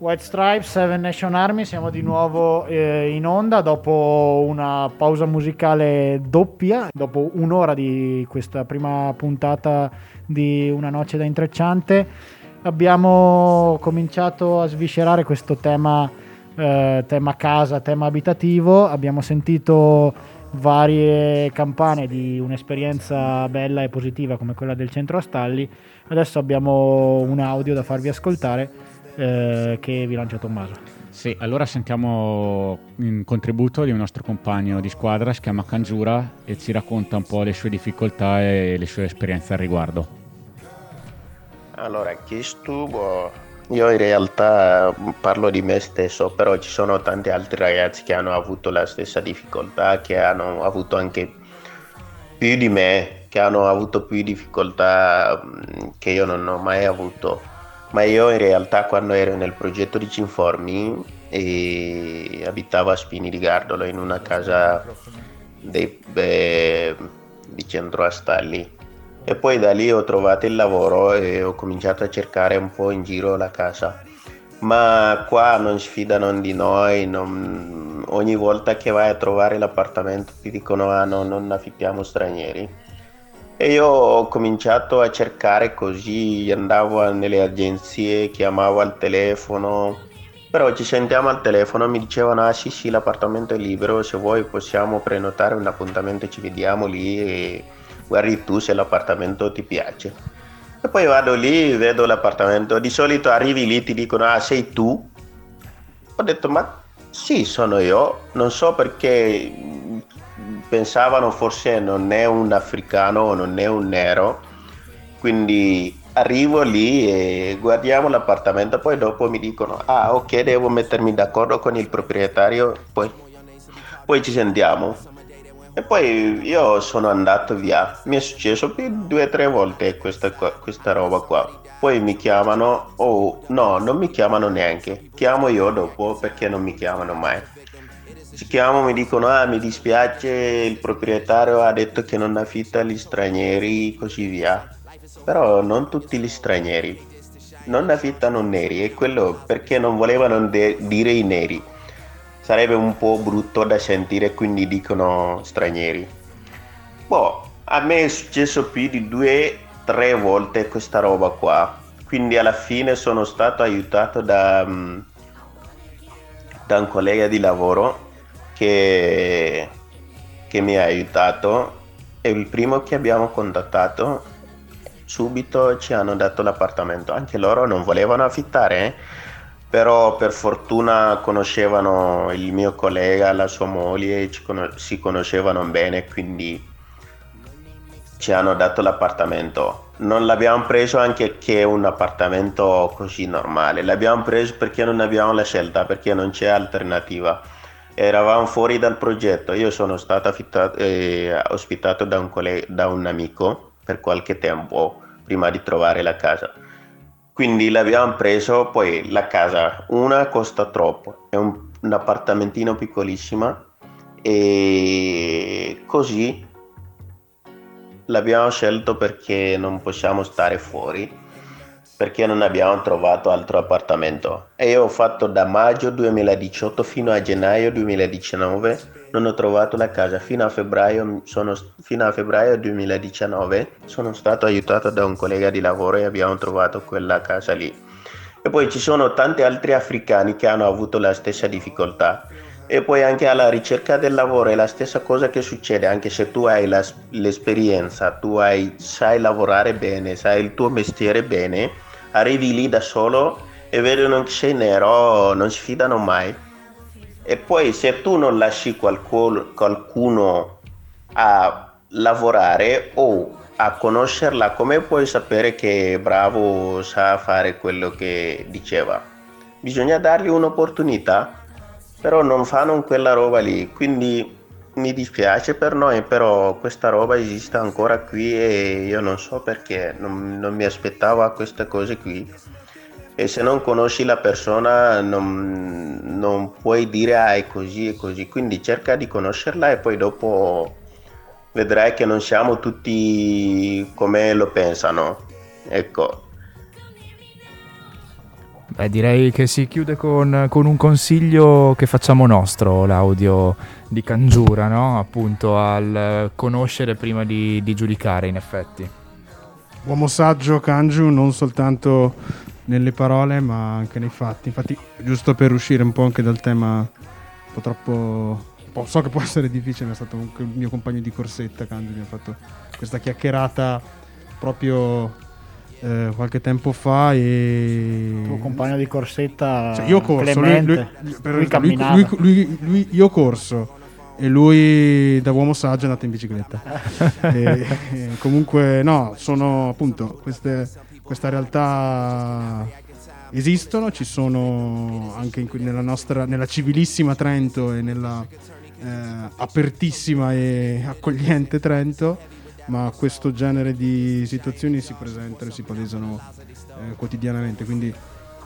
White Stripes, Seven Nation Army, siamo di nuovo in onda dopo una pausa musicale doppia, dopo un'ora di questa prima puntata di Una noce da intrecciante. Abbiamo cominciato a sviscerare questo tema casa, tema abitativo. Abbiamo sentito varie campane di un'esperienza bella e positiva come quella del centro Astalli. Adesso abbiamo un audio da farvi ascoltare che vi lancia Tommaso. Sì, allora sentiamo un contributo di un nostro compagno di squadra, si chiama Kanjura e ci racconta un po' le sue difficoltà e le sue esperienze al riguardo. Allora, chi stuvo? Io in realtà parlo di me stesso, però ci sono tanti altri ragazzi che hanno avuto la stessa difficoltà, che hanno avuto anche più di me, che hanno avuto più difficoltà che io non ho mai avuto. Ma io in realtà quando ero nel progetto di Cinformi abitavo a Spini di Gardolo in una casa di centro Astalli. E poi da lì ho trovato il lavoro e ho cominciato a cercare un po' in giro la casa. Ma qua non si fidano di noi, ogni volta che vai a trovare l'appartamento ti dicono ah no, non affittiamo stranieri. E io ho cominciato a cercare così, andavo nelle agenzie, chiamavo al telefono, però ci sentiamo al telefono, mi dicevano ah sì sì l'appartamento è libero, se vuoi possiamo prenotare un appuntamento, ci vediamo lì e guardi tu se l'appartamento ti piace. E poi vado lì, vedo l'appartamento, di solito arrivi lì ti dicono ah sei tu? Ho detto ma sì sono io, non so perché pensavano forse non è un africano o non è un nero, quindi arrivo lì e guardiamo l'appartamento, poi dopo mi dicono ah ok devo mettermi d'accordo con il proprietario, poi ci sentiamo. E poi io sono andato via, mi è successo più 2 o 3 volte questa roba qua. Poi mi chiamano, oh no, non mi chiamano neanche, chiamo io dopo perché non mi chiamano mai. Ci chiamo, mi dicono, ah mi dispiace, il proprietario ha detto che non affitta agli stranieri, così via. Però non tutti gli stranieri, non affittano neri, e quello perché non volevano dire i neri. Sarebbe un po' brutto da sentire, quindi dicono stranieri. Boh, a me è successo più di 2 o 3 volte questa roba qua. Quindi alla fine sono stato aiutato da un collega di lavoro che, che mi ha aiutato. È il primo che abbiamo contattato. Subito ci hanno dato l'appartamento. Anche loro non volevano affittare, però per fortuna conoscevano il mio collega, la sua moglie, si conoscevano bene, quindi ci hanno dato l'appartamento. Non l'abbiamo preso anche che è un appartamento così normale, l'abbiamo preso perché non abbiamo la scelta, perché non c'è alternativa. Eravamo fuori dal progetto, io sono stato ospitato da un amico per qualche tempo prima di trovare la casa. Quindi l'abbiamo preso, poi la casa, una costa troppo, è un appartamentino piccolissima e così l'abbiamo scelto perché non possiamo stare fuori, perché non abbiamo trovato altro appartamento. E io ho fatto da maggio 2018 fino a gennaio 2019, non ho trovato la casa. Fino a febbraio 2019 sono stato aiutato da un collega di lavoro e abbiamo trovato quella casa lì. E poi ci sono tanti altri africani che hanno avuto la stessa difficoltà. E poi anche alla ricerca del lavoro è la stessa cosa che succede, anche se tu hai l'esperienza, sai lavorare bene, sai il tuo mestiere bene, arrivi lì da solo e vedono che sei nero, non si fidano mai. E poi se tu non lasci qualcuno a lavorare o a conoscerla, come puoi sapere che è bravo, sa fare quello che diceva? Bisogna dargli un'opportunità, però non fanno quella roba lì, quindi mi dispiace per noi, però questa roba esiste ancora qui e io non so perché, non mi aspettavo a queste cose qui. E se non conosci la persona non puoi dire ah è così e così, quindi cerca di conoscerla e poi dopo vedrai che non siamo tutti come lo pensano. Ecco. Beh, direi che si chiude con un consiglio che facciamo nostro, l'audio di Kanjura, no? Appunto al conoscere prima di giudicare, in effetti. Uomo saggio Kanju, non soltanto nelle parole ma anche nei fatti. Infatti, giusto per uscire un po' anche dal tema un po' troppo... so che può essere difficile, è stato anche il mio compagno di corsetta Kanju, mi ha fatto questa chiacchierata proprio qualche tempo fa. E Il tuo compagno di corsetta, cioè, io ho corso, Clemente, lui camminava. lui io ho corso e lui da uomo saggio è andato in bicicletta. e comunque no, sono appunto questa realtà esistono, ci sono anche nella civilissima Trento e nella apertissima e accogliente Trento, ma questo genere di situazioni si presentano e si palesano quotidianamente, quindi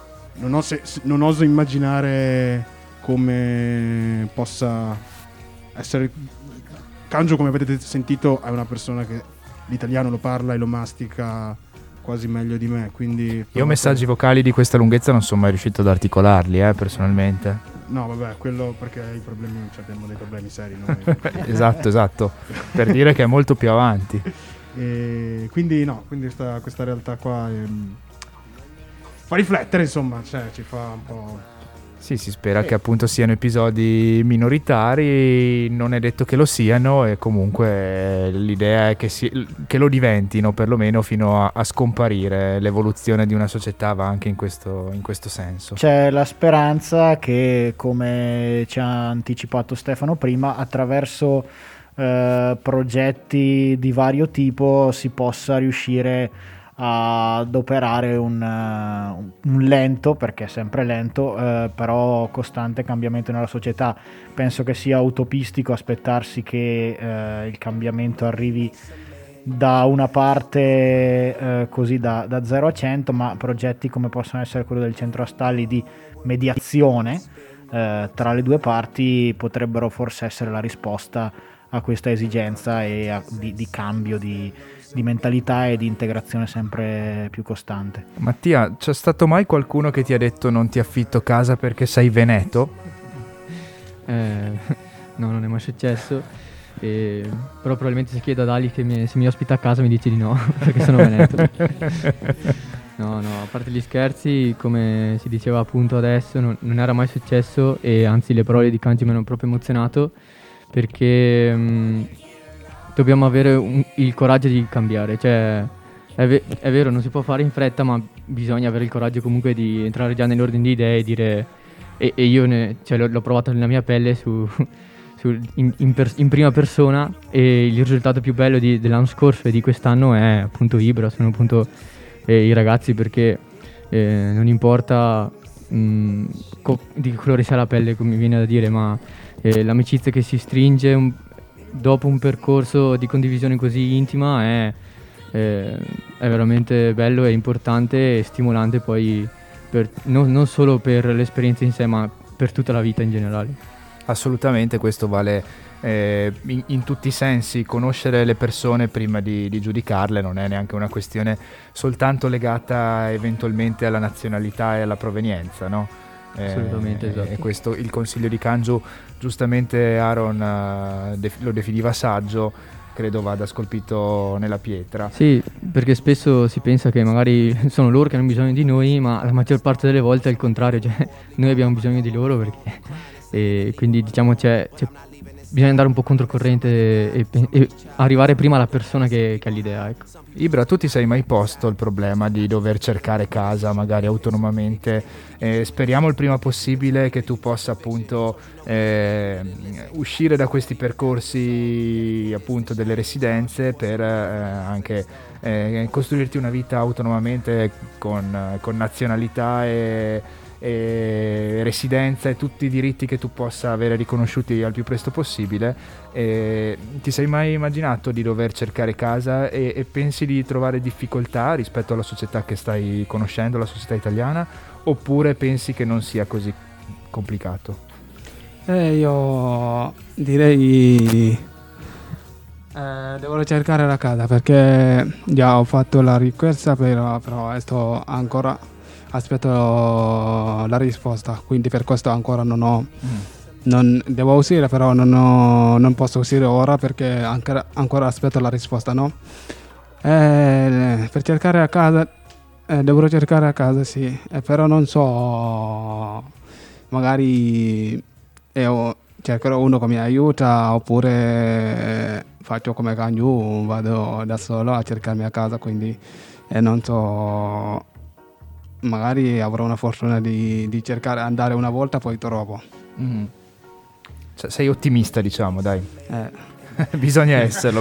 non oso immaginare come possa essere. Kanju, come avete sentito, è una persona che l'italiano lo parla e lo mastica quasi meglio di me, quindi io messaggi vocali di questa lunghezza non sono mai riuscito ad articolarli, personalmente. No, vabbè, quello perché abbiamo dei problemi seri noi. esatto, per dire che è molto più avanti. E quindi questa realtà qua fa riflettere, insomma, cioè ci fa un po'. Sì, si spera che appunto siano episodi minoritari, non è detto che lo siano, e comunque l'idea è che lo diventino, perlomeno fino a scomparire. L'evoluzione di una società va anche in questo senso. C'è la speranza che, come ci ha anticipato Stefano prima, attraverso progetti di vario tipo si possa riuscire ad operare un lento, perché è sempre lento, però costante cambiamento nella società. Penso che sia utopistico aspettarsi che il cambiamento arrivi da una parte così da 0 a 100, ma progetti come possono essere quello del Centro Astalli di mediazione tra le due parti potrebbero forse essere la risposta a questa esigenza e di cambio di mentalità e di integrazione sempre più costante. Mattia, c'è stato mai qualcuno che ti ha detto non ti affitto casa perché sei veneto? No, non è mai successo, però probabilmente se chiedo ad Ali se mi ospita a casa mi dice di no perché sono veneto. No, a parte gli scherzi, come si diceva appunto adesso, non era mai successo, e anzi le parole di Kanji mi hanno proprio emozionato, perché dobbiamo avere il coraggio di cambiare. Cioè è vero, non si può fare in fretta, ma bisogna avere il coraggio comunque di entrare già nell'ordine di idee e dire, e io l'ho provato nella mia pelle in prima persona, e il risultato più bello dell'anno scorso e di quest'anno è appunto Ibra, sono appunto i ragazzi, perché non importa di che colore sia la pelle, come mi viene da dire, ma l'amicizia che si stringe dopo un percorso di condivisione così intima è veramente bello e importante e stimolante, poi non solo per l'esperienza in sé, ma per tutta la vita in generale. Assolutamente, questo vale in tutti i sensi. Conoscere le persone prima di giudicarle non è neanche una questione soltanto legata eventualmente alla nazionalità e alla provenienza, no? Assolutamente, esatto. E questo, il consiglio di Kanju, giustamente Aaron lo definiva saggio, credo vada scolpito nella pietra. Sì, perché spesso si pensa che magari sono loro che hanno bisogno di noi, ma la maggior parte delle volte è il contrario, cioè noi abbiamo bisogno di loro, e quindi diciamo bisogna andare un po' controcorrente e arrivare prima alla persona che ha l'idea, ecco. Ibra, tu ti sei mai posto il problema di dover cercare casa magari autonomamente? Speriamo il prima possibile che tu possa appunto uscire da questi percorsi appunto delle residenze per anche costruirti una vita autonomamente con nazionalità e residenza e tutti i diritti che tu possa avere riconosciuti al più presto possibile. Ti sei mai immaginato di dover cercare casa e pensi di trovare difficoltà rispetto alla società che stai conoscendo, la società italiana, oppure pensi che non sia così complicato? Io direi devo cercare la casa, perché già ho fatto la richiesta, però sto ancora aspetto la risposta, quindi per questo ancora non devo uscire, però non posso uscire ora perché ancora aspetto la risposta, no? Per cercare a casa, dovrò cercare a casa, sì, però non so, magari cercherò uno che mi aiuta oppure faccio come Kanju, vado da solo a cercarmi a casa, quindi non so, magari avrò una fortuna di cercare andare una volta poi trovo. Cioè, sei ottimista, diciamo, dai. Bisogna esserlo.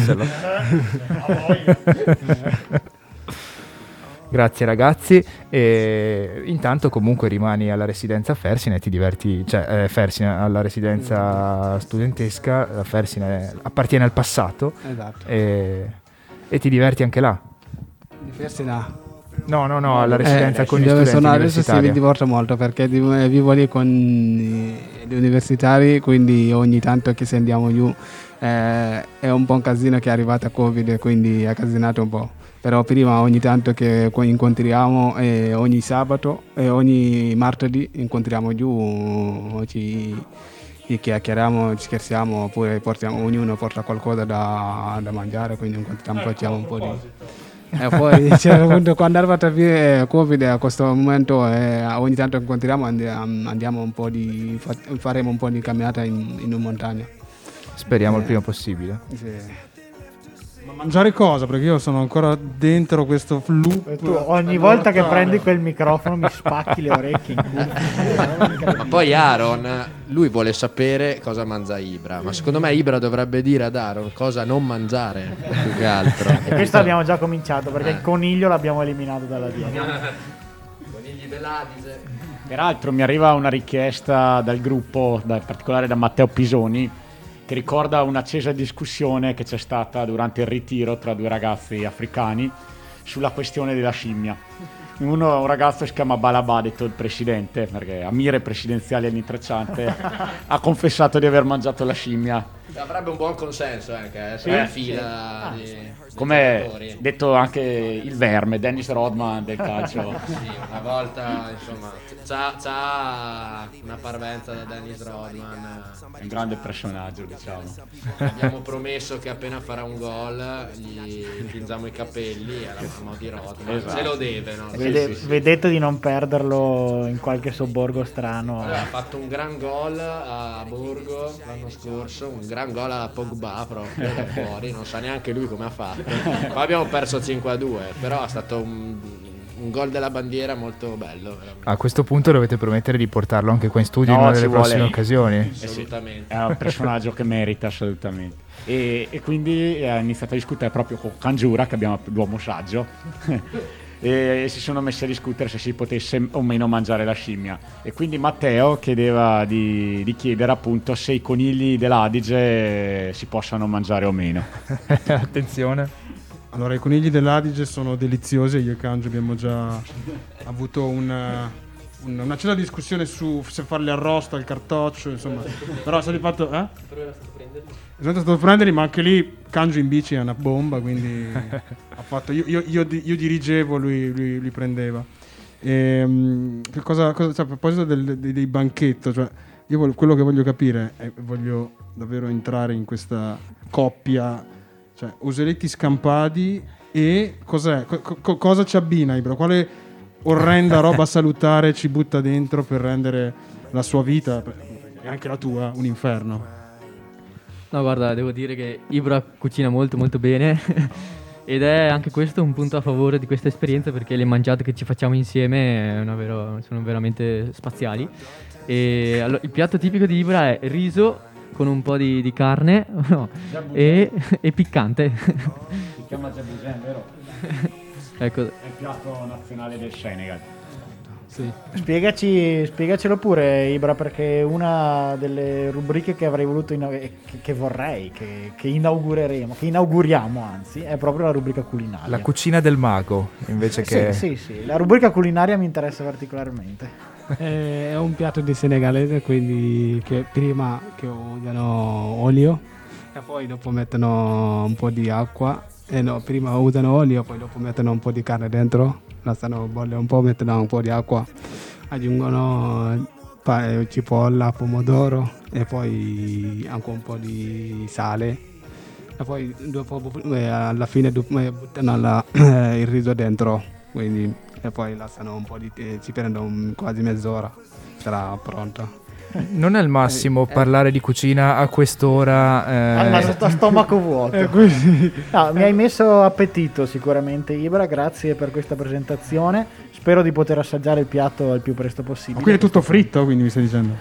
Grazie ragazzi, e intanto comunque rimani alla residenza Fersina e ti diverti, cioè Fersina alla residenza studentesca, la Fersina appartiene al passato, Esatto. e ti diverti anche là. Di Fersina. No, alla residenza con gli dove studenti sono adesso universitari. mi diverto molto perché vivo lì con gli universitari, quindi ogni tanto che se andiamo giù è un po' un casino che è arrivata Covid, quindi ha casinato un po'. Però prima ogni tanto che incontriamo, ogni sabato e ogni martedì incontriamo giù, ci chiacchieriamo, ci scherziamo, oppure ognuno porta qualcosa da mangiare, quindi incontriamo, facciamo un po' di... E poi appunto, quando è arrivata via Covid a questo momento ogni tanto incontriamo, andiamo un po' faremo un po' di camminata in montagna. Speriamo il prima possibile. Sì. Ma mangiare cosa? Perché io sono ancora dentro questo loop. Tu ogni volta che prendi quel microfono mi spacchi le orecchie in culo. Ma poi Aaron, lui vuole sapere cosa mangia Ibra, ma secondo me Ibra dovrebbe dire ad Aaron cosa non mangiare, più che altro. E questo abbiamo già cominciato perché il coniglio l'abbiamo eliminato dalla dieta. Conigli dell'Adige. Peraltro mi arriva una richiesta dal gruppo, in particolare da Matteo Pisoni, che ricorda un'accesa discussione che c'è stata durante il ritiro tra due ragazzi africani sulla questione della scimmia. Un ragazzo si chiama Balabà, detto il presidente, perché a mire presidenziali all'intrecciante ha confessato di aver mangiato la scimmia. Avrebbe un buon consenso anche, se la fila di come giocatori. detto anche il verme, Dennis Rodman del calcio. Sì, una volta insomma c'ha una parvenza da Dennis Rodman. È un grande personaggio, diciamo. Abbiamo promesso che appena farà un gol gli tingiamo i capelli alla mamma di Rodman. Esatto. Se lo deve, no? Sì. Vedete di non perderlo in qualche sobborgo strano. Allora, ha fatto un gran gol a Borgo l'anno scorso, un gran gol a Pogba proprio da fuori, non sa neanche lui come ha fatto. Poi abbiamo perso 5-2, però è stato un gol della bandiera molto bello, veramente. A questo punto dovete promettere di portarlo anche qua in studio in No, una ci delle vuole. prossime occasioni. Assolutamente. È un personaggio che merita assolutamente. E quindi ha iniziato a discutere proprio con Kanjura, che abbiamo l'uomo saggio. E si sono messi a discutere se si potesse o meno mangiare la scimmia, e quindi Matteo chiedeva di chiedere appunto se i conigli dell'Adige si possano mangiare o meno. Attenzione. Allora, i conigli dell'Adige sono deliziosi. Io e Kanju abbiamo già avuto un'accesa discussione su se farli arrosto al cartoccio, insomma. Però è stato fatto, sono stato a prenderli, ma anche lì Kanju in bici è una bomba, quindi ha fatto, io dirigevo, lui prendeva. Che cosa cioè, a proposito dei banchetto, cioè, quello che voglio capire è, voglio davvero entrare in questa coppia, cioè Oseletti Scampadi, e cos'è? Cosa ci abbina Ibra? Quale orrenda roba salutare ci butta dentro per rendere la sua vita e anche la tua un inferno? No, guarda, devo dire che Ibra cucina molto molto bene ed è anche questo un punto a favore di questa esperienza, perché le mangiate che ci facciamo insieme sono veramente spaziali. E il piatto tipico di Ibra è riso con un po' di carne e piccante. Si chiama Jabuzen, vero? Ecco. È il piatto nazionale del Senegal. Sì. Spiegacelo pure Ibra, perché una delle rubriche che avrei voluto che vorrei che inaugureremo, che inauguriamo anzi, è proprio la rubrica culinaria. La cucina del mago, invece che... Sì, la rubrica culinaria mi interessa particolarmente. È un piatto di senegalese, quindi che prima che usano olio e poi dopo mettono un po' di acqua. Prima usano olio, poi dopo mettono un po' di carne dentro lasciano bollire un po', mettono un po' di acqua, aggiungono cipolla, pomodoro e poi anche un po' di sale e poi dopo alla fine buttano il riso dentro, quindi, e poi lasciano un po' ci prendono quasi mezz'ora, sarà pronta. Non è il massimo parlare di cucina a quest'ora. Ma sotto stomaco vuoto. No, mi hai messo appetito sicuramente, Ibra, grazie per questa presentazione. Spero di poter assaggiare il piatto al più presto possibile. Quindi è tutto fritto, quindi mi stai dicendo?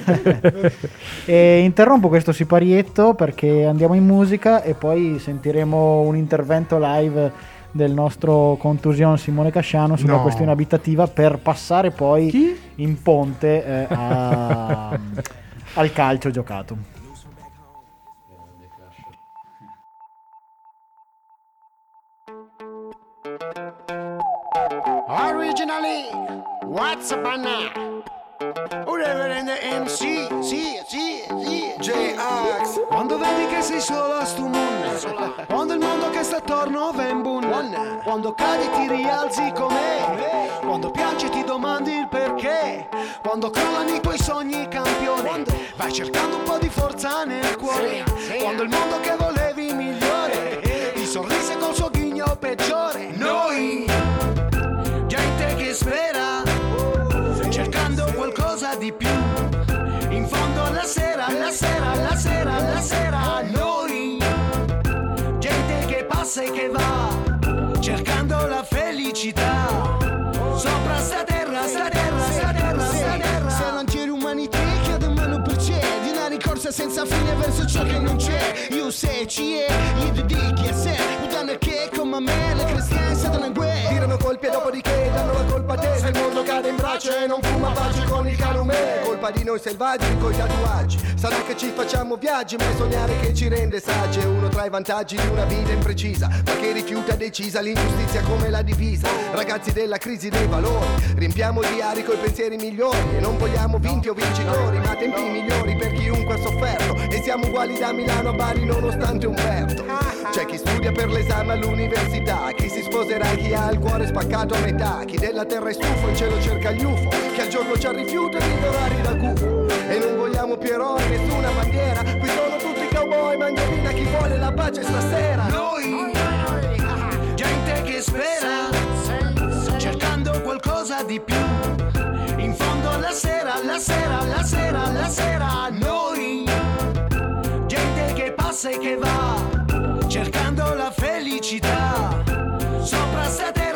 E interrompo questo siparietto perché andiamo in musica e poi sentiremo un intervento live del nostro contusion Simone Casciano sulla questione abitativa, per passare poi in ponte al calcio giocato. Originally, what's up now? Whatever in the MC, sì, J-Ax. Quando vedi che sei solo a sto mondo, quando il mondo che sta attorno va in bunna, quando cadi ti rialzi con me, quando piangi ti domandi il perché, quando crollano i tuoi sogni campione, vai cercando un po' di forza nel cuore, quando il mondo che volevi migliore ti sorrise col suo ghigno peggiore. Noi, gente che spera, cercando qualcosa di più, in fondo alla sera, noi, gente che passa e che va, cercando la felicità, sopra sta terra, se non c'è l'umanità che da mano per c'è, di una ricorsa senza fine verso ciò che non c'è, io se ci è, gli dedichi a sé, udano che come a me, le cristiane sedano in guerra, tirano colpi e dopodiché danno la colpa a te, se il mondo cade in braccio e non fuma pace con il calumet, colpa di noi selvaggi coi tatuaggi, sarà che ci facciamo viaggi, ma è sognare che ci rende saggi, è uno tra i vantaggi di una vita imprecisa, ma che rifiuta decisa l'ingiustizia come la divisa, ragazzi della crisi dei valori, riempiamo diari coi pensieri migliori e non vogliamo vinti o vincitori, ma tempi migliori per chiunque ha sofferto, e siamo uguali da Milano a Bari nonostante Umberto. C'è chi studia per l'esame all'università, chi si sposerà e chi ha il cuore spaccato a metà, chi della terra è stufo in cielo cerca gli UFO, chi al giorno c'ha rifiuto di orari da gufo, e non vogliamo più eroi, nessuna bandiera, qui sono tutti cowboy, mangiavina chi vuole la pace stasera. Noi, gente che spera, cercando qualcosa di più, in fondo alla sera, noi, gente che passa e che va, cercando la felicità, sopra sta terra,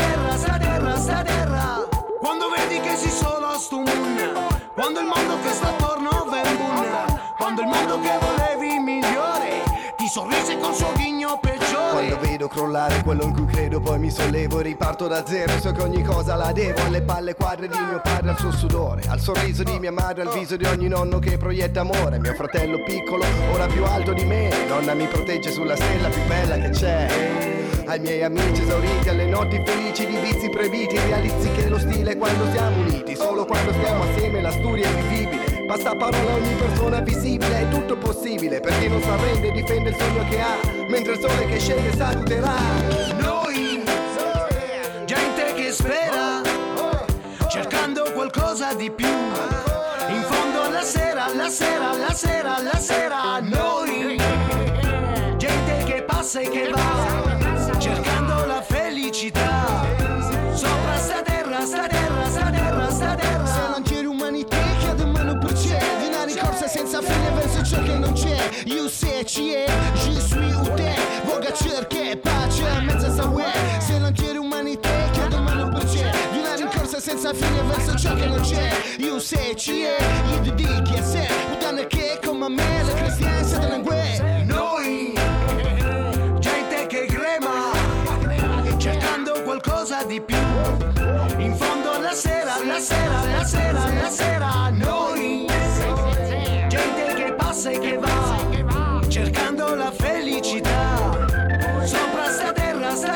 quando vedi che sei solo a sto mondo, quando il mondo che sta attorno va in bunna, quando il mondo che volevi migliore ti sorrise col suo ghigno peggiore. Quando vedo crollare quello in cui credo, poi mi sollevo e riparto da zero, so che ogni cosa la devo alle palle quadre di mio padre, al suo sudore, al sorriso di mia madre, al viso di ogni nonno che proietta amore, mio fratello piccolo ora più alto di me, nonna mi protegge sulla stella più bella che c'è, ai miei amici esauriti, alle notti felici di vizi proibiti, realizzi che lo stile è quando siamo uniti, solo quando stiamo assieme la storia è vivibile, basta parola a ogni persona visibile, è tutto possibile per chi non si arrende e difende il sogno che ha, mentre il sole che scende saluterà. Noi, gente che spera, cercando qualcosa di più, in fondo alla sera, noi, gente che passa e che va, cercando la felicità, sopra sta terra, se non c'è l'umanità che da mano per c'è, di una ricorsa senza fine verso ciò che non c'è, io se ci è, je suis ou te, voga cerche pace a mezza sta web, se non c'è l'umanità che da mano per c'è, di una ricorsa senza fine verso ciò che non c'è, io se ci è, gli dedichi a sé, udano che come a me, le cristiane sedano in guerra, noi, gente che grema, cercando qualcosa di più, in fondo alla sera, noi, gente che passa e che va, cercando la felicità, sopra sta terra,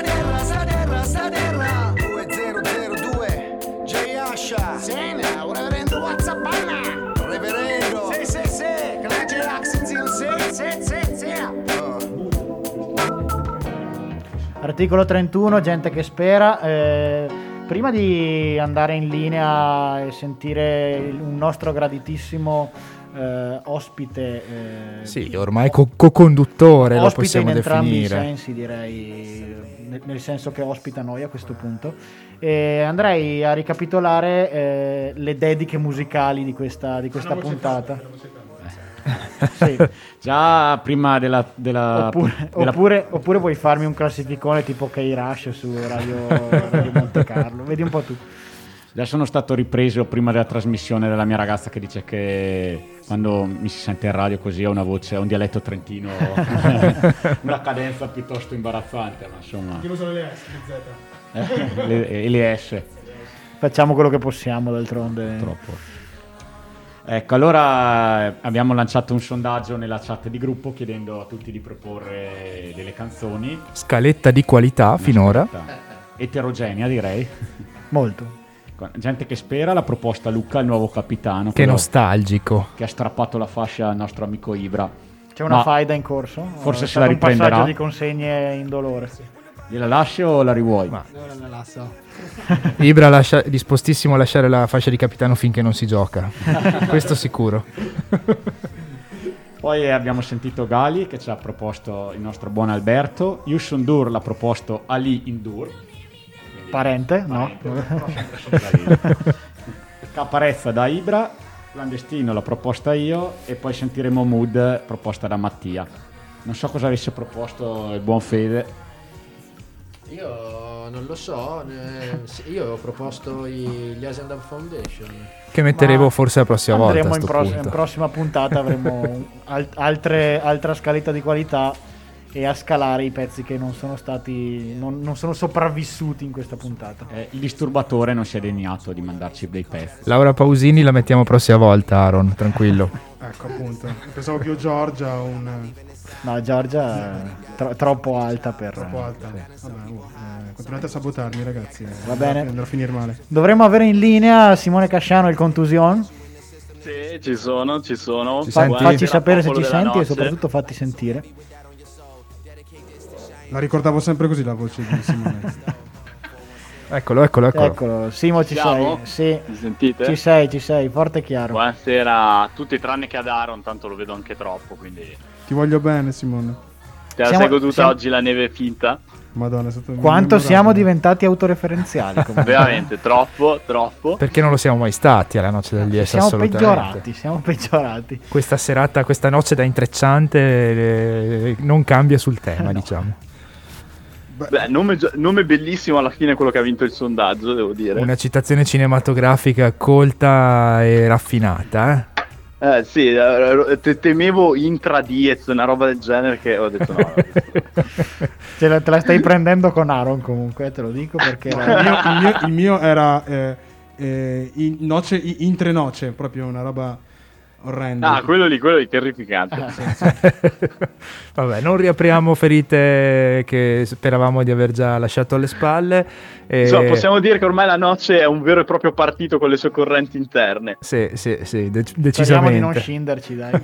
2002, J-Asha, Sena, ora reverendo WhatsApp, reverendo, sì, che J-Ax, sì. Articolo 31, gente che spera. prima di andare in linea e sentire un nostro graditissimo ospite, sì, ormai co-conduttore lo ospite possiamo in entrambi definire. i sensi, direi, nel senso che ospita noi a questo punto. Andrei a ricapitolare le dediche musicali di questa puntata. Sì. Già prima della Oppure vuoi farmi un classificone tipo K-Rush su Radio Monte Carlo? Vedi un po' tu. Già sono stato ripreso prima della trasmissione dalla mia ragazza che dice che quando mi si sente in radio così ho una voce, un dialetto trentino, una cadenza piuttosto imbarazzante, ma insomma. Io uso le S, le Z. Le S. Facciamo quello che possiamo, d'altronde. Troppo. Ecco, allora abbiamo lanciato un sondaggio nella chat di gruppo chiedendo a tutti di proporre delle canzoni. Scaletta di qualità finora. Eterogenea, direi. Molto. Gente che spera, l'ha proposta Luca, il nuovo capitano. Che nostalgico. Che ha strappato la fascia al nostro amico Ibra. C'è una faida in corso? Forse se la riprenderà. Un passaggio di consegne indolore. Gliela lascio o la rivuoi? Ora la lascio. Ibra dispostissimo a lasciare la fascia di capitano finché non si gioca. Questo sicuro. Poi abbiamo sentito Gali che ci ha proposto il nostro buon Alberto. Yusun Dur l'ha proposto Ali Indur. Parente, no? Caparezza da Ibra, Clandestino l'ho proposta io e poi sentiremo Mood proposta da Mattia. Non so cosa avesse proposto il buon Fede. Io non lo so, io ho proposto gli Ascendant Foundation. Che metteremo forse la prossima volta. Andremo in prossima puntata, avremo altra scaletta di qualità e a scalare i pezzi che non sono stati non sono sopravvissuti in questa puntata. Il disturbatore non si è degnato di mandarci dei pezzi. Laura Pausini la mettiamo prossima volta, Aaron, tranquillo. Ecco, appunto. Pensavo più Giorgia No, Giorgia è troppo alta per... Troppo alta. Sì. Vabbè, continuate a sabotarmi, ragazzi. Va bene. Andrà a finire male. Dovremmo avere in linea Simone Casciano, il Contusion. Sì, ci sono. Facci sapere se ci senti e soprattutto fatti sentire. La ricordavo sempre così la voce di Simone. Eccolo. Simo, ci Siamo? sei? Sì. Mi sentite? Ci sei, forte e chiaro. Buonasera a tutti tranne che ad Aaron, tanto lo vedo anche troppo, quindi... Ti voglio bene, Simone. Te la sei goduta oggi la neve finta? Madonna, è stato quanto siamo diventati autoreferenziali comunque. Veramente, troppo. Perché non lo siamo mai stati alla noce del DS, assolutamente. Siamo peggiorati. Questa serata, questa noce da intrecciante non cambia sul tema, diciamo. Beh, nome bellissimo alla fine quello che ha vinto il sondaggio, devo dire. Una citazione cinematografica colta e raffinata, sì, temevo intra diez, una roba del genere che ho detto no. Te la stai prendendo con Aaron comunque, te lo dico perché il mio era intre noce, proprio una roba orrenda. Ah, quello lì terrificante. Vabbè, non riapriamo ferite che speravamo di aver già lasciato alle spalle. Possiamo dire che ormai la noce è un vero e proprio partito con le sue correnti interne. Sì, decisamente. Speriamo di non scinderci, dai.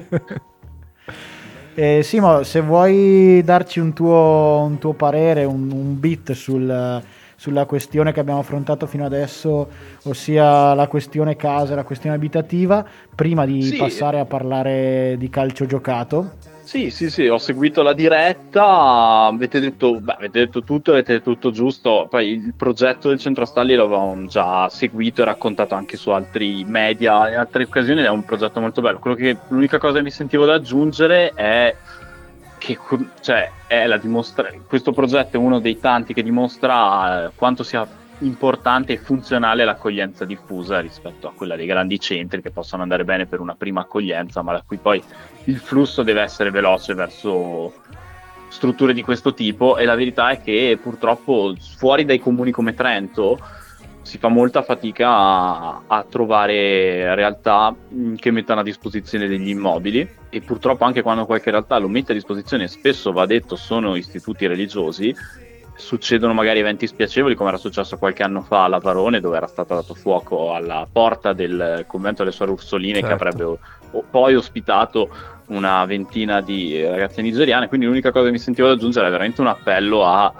Simo, se vuoi darci un tuo parere, un beat sulla questione che abbiamo affrontato fino adesso, ossia la questione casa, la questione abitativa, prima di passare a parlare di calcio giocato. Sì, ho seguito la diretta, avete detto tutto, avete detto tutto giusto. Poi il progetto del Centro Stalli l'avevamo già seguito e raccontato anche su altri media, in altre occasioni, è un progetto molto bello. L'unica cosa che mi sentivo da aggiungere è che questo progetto è uno dei tanti che dimostra quanto sia importante e funzionale l'accoglienza diffusa rispetto a quella dei grandi centri, che possono andare bene per una prima accoglienza, ma da cui poi il flusso deve essere veloce verso strutture di questo tipo. E la verità è che purtroppo fuori dai comuni come Trento si fa molta fatica a trovare realtà che mettano a disposizione degli immobili, e purtroppo anche quando qualche realtà lo mette a disposizione, spesso va detto sono istituti religiosi, succedono magari eventi spiacevoli, come era successo qualche anno fa alla Varone, dove era stato dato fuoco alla porta del convento delle Suore Ursoline, che avrebbe poi ospitato una ventina di ragazze nigeriane. Quindi l'unica cosa che mi sentivo da aggiungere è veramente un appello a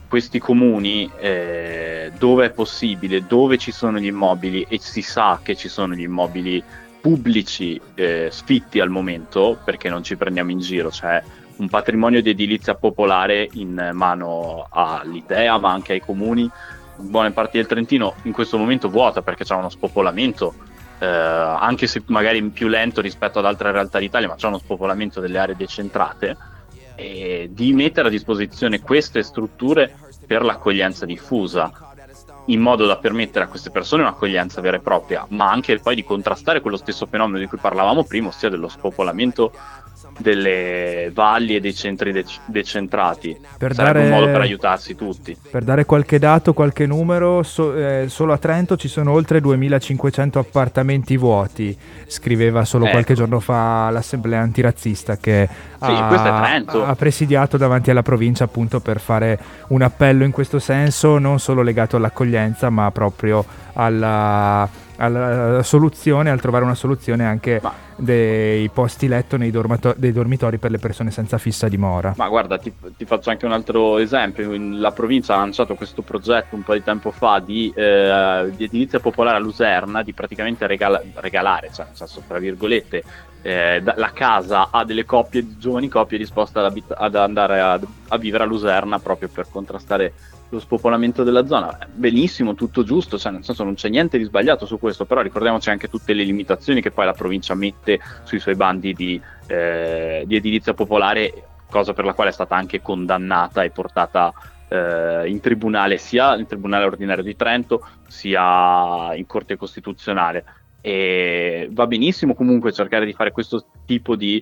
questi comuni, dove è possibile, dove ci sono gli immobili e si sa che ci sono gli immobili pubblici sfitti al momento, perché non ci prendiamo in giro, cioè un patrimonio di edilizia popolare in mano all'Idea ma anche ai comuni, buone parti del Trentino in questo momento vuota perché c'è uno spopolamento, anche se magari più lento rispetto ad altre realtà d'Italia, ma c'è uno spopolamento delle aree decentrate, e di mettere a disposizione queste strutture per l'accoglienza diffusa, in modo da permettere a queste persone un'accoglienza vera e propria, ma anche poi di contrastare quello stesso fenomeno di cui parlavamo prima, ossia dello spopolamento delle valli e dei centri decentrati. Sarebbe un modo per aiutarsi tutti. Per dare qualche dato, qualche numero, solo a Trento ci sono oltre 2500 appartamenti vuoti, scriveva solo qualche giorno fa l'assemblea antirazzista che ha presidiato davanti alla provincia, appunto per fare un appello in questo senso, non solo legato all'accoglienza ma proprio alla soluzione, al trovare una soluzione anche dei posti letto dei dormitori per le persone senza fissa dimora. Ma guarda, ti faccio anche un altro esempio. La provincia ha lanciato questo progetto un po' di tempo fa di edilizia popolare a Luserna, di praticamente regalare, cioè nel senso, tra virgolette, la casa a delle giovani coppie disposte ad andare a vivere a Luserna, proprio per contrastare lo spopolamento della zona. Benissimo, tutto giusto, cioè nel senso non c'è niente di sbagliato su questo, però ricordiamoci anche tutte le limitazioni che poi la provincia mette sui suoi bandi di edilizia popolare, cosa per la quale è stata anche condannata e portata in tribunale, sia in tribunale ordinario di Trento sia in Corte Costituzionale. E va benissimo comunque cercare di fare questo tipo di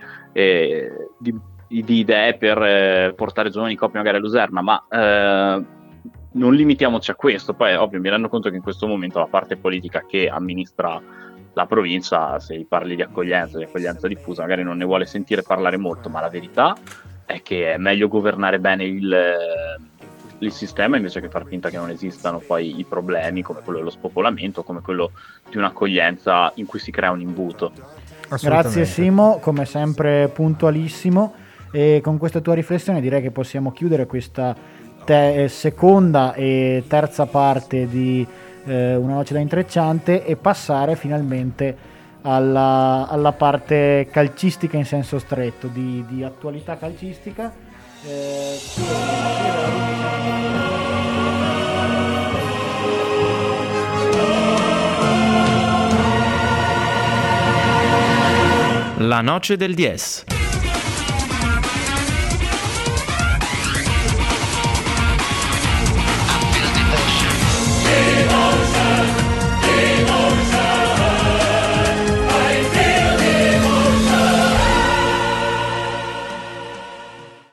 idee per portare giovani coppie magari a Luserna, ma non limitiamoci a questo. Poi ovvio mi rendo conto che in questo momento la parte politica che amministra la provincia, se parli di accoglienza diffusa, magari non ne vuole sentire parlare molto, ma la verità è che è meglio governare bene il sistema invece che far finta che non esistano poi i problemi come quello dello spopolamento, come quello di un'accoglienza in cui si crea un imbuto. Grazie Simo, come sempre puntualissimo, e con questa tua riflessione direi che possiamo chiudere questa seconda e terza parte di Una noce da intrecciante e passare finalmente alla parte calcistica in senso stretto, di attualità calcistica. La noce del 10.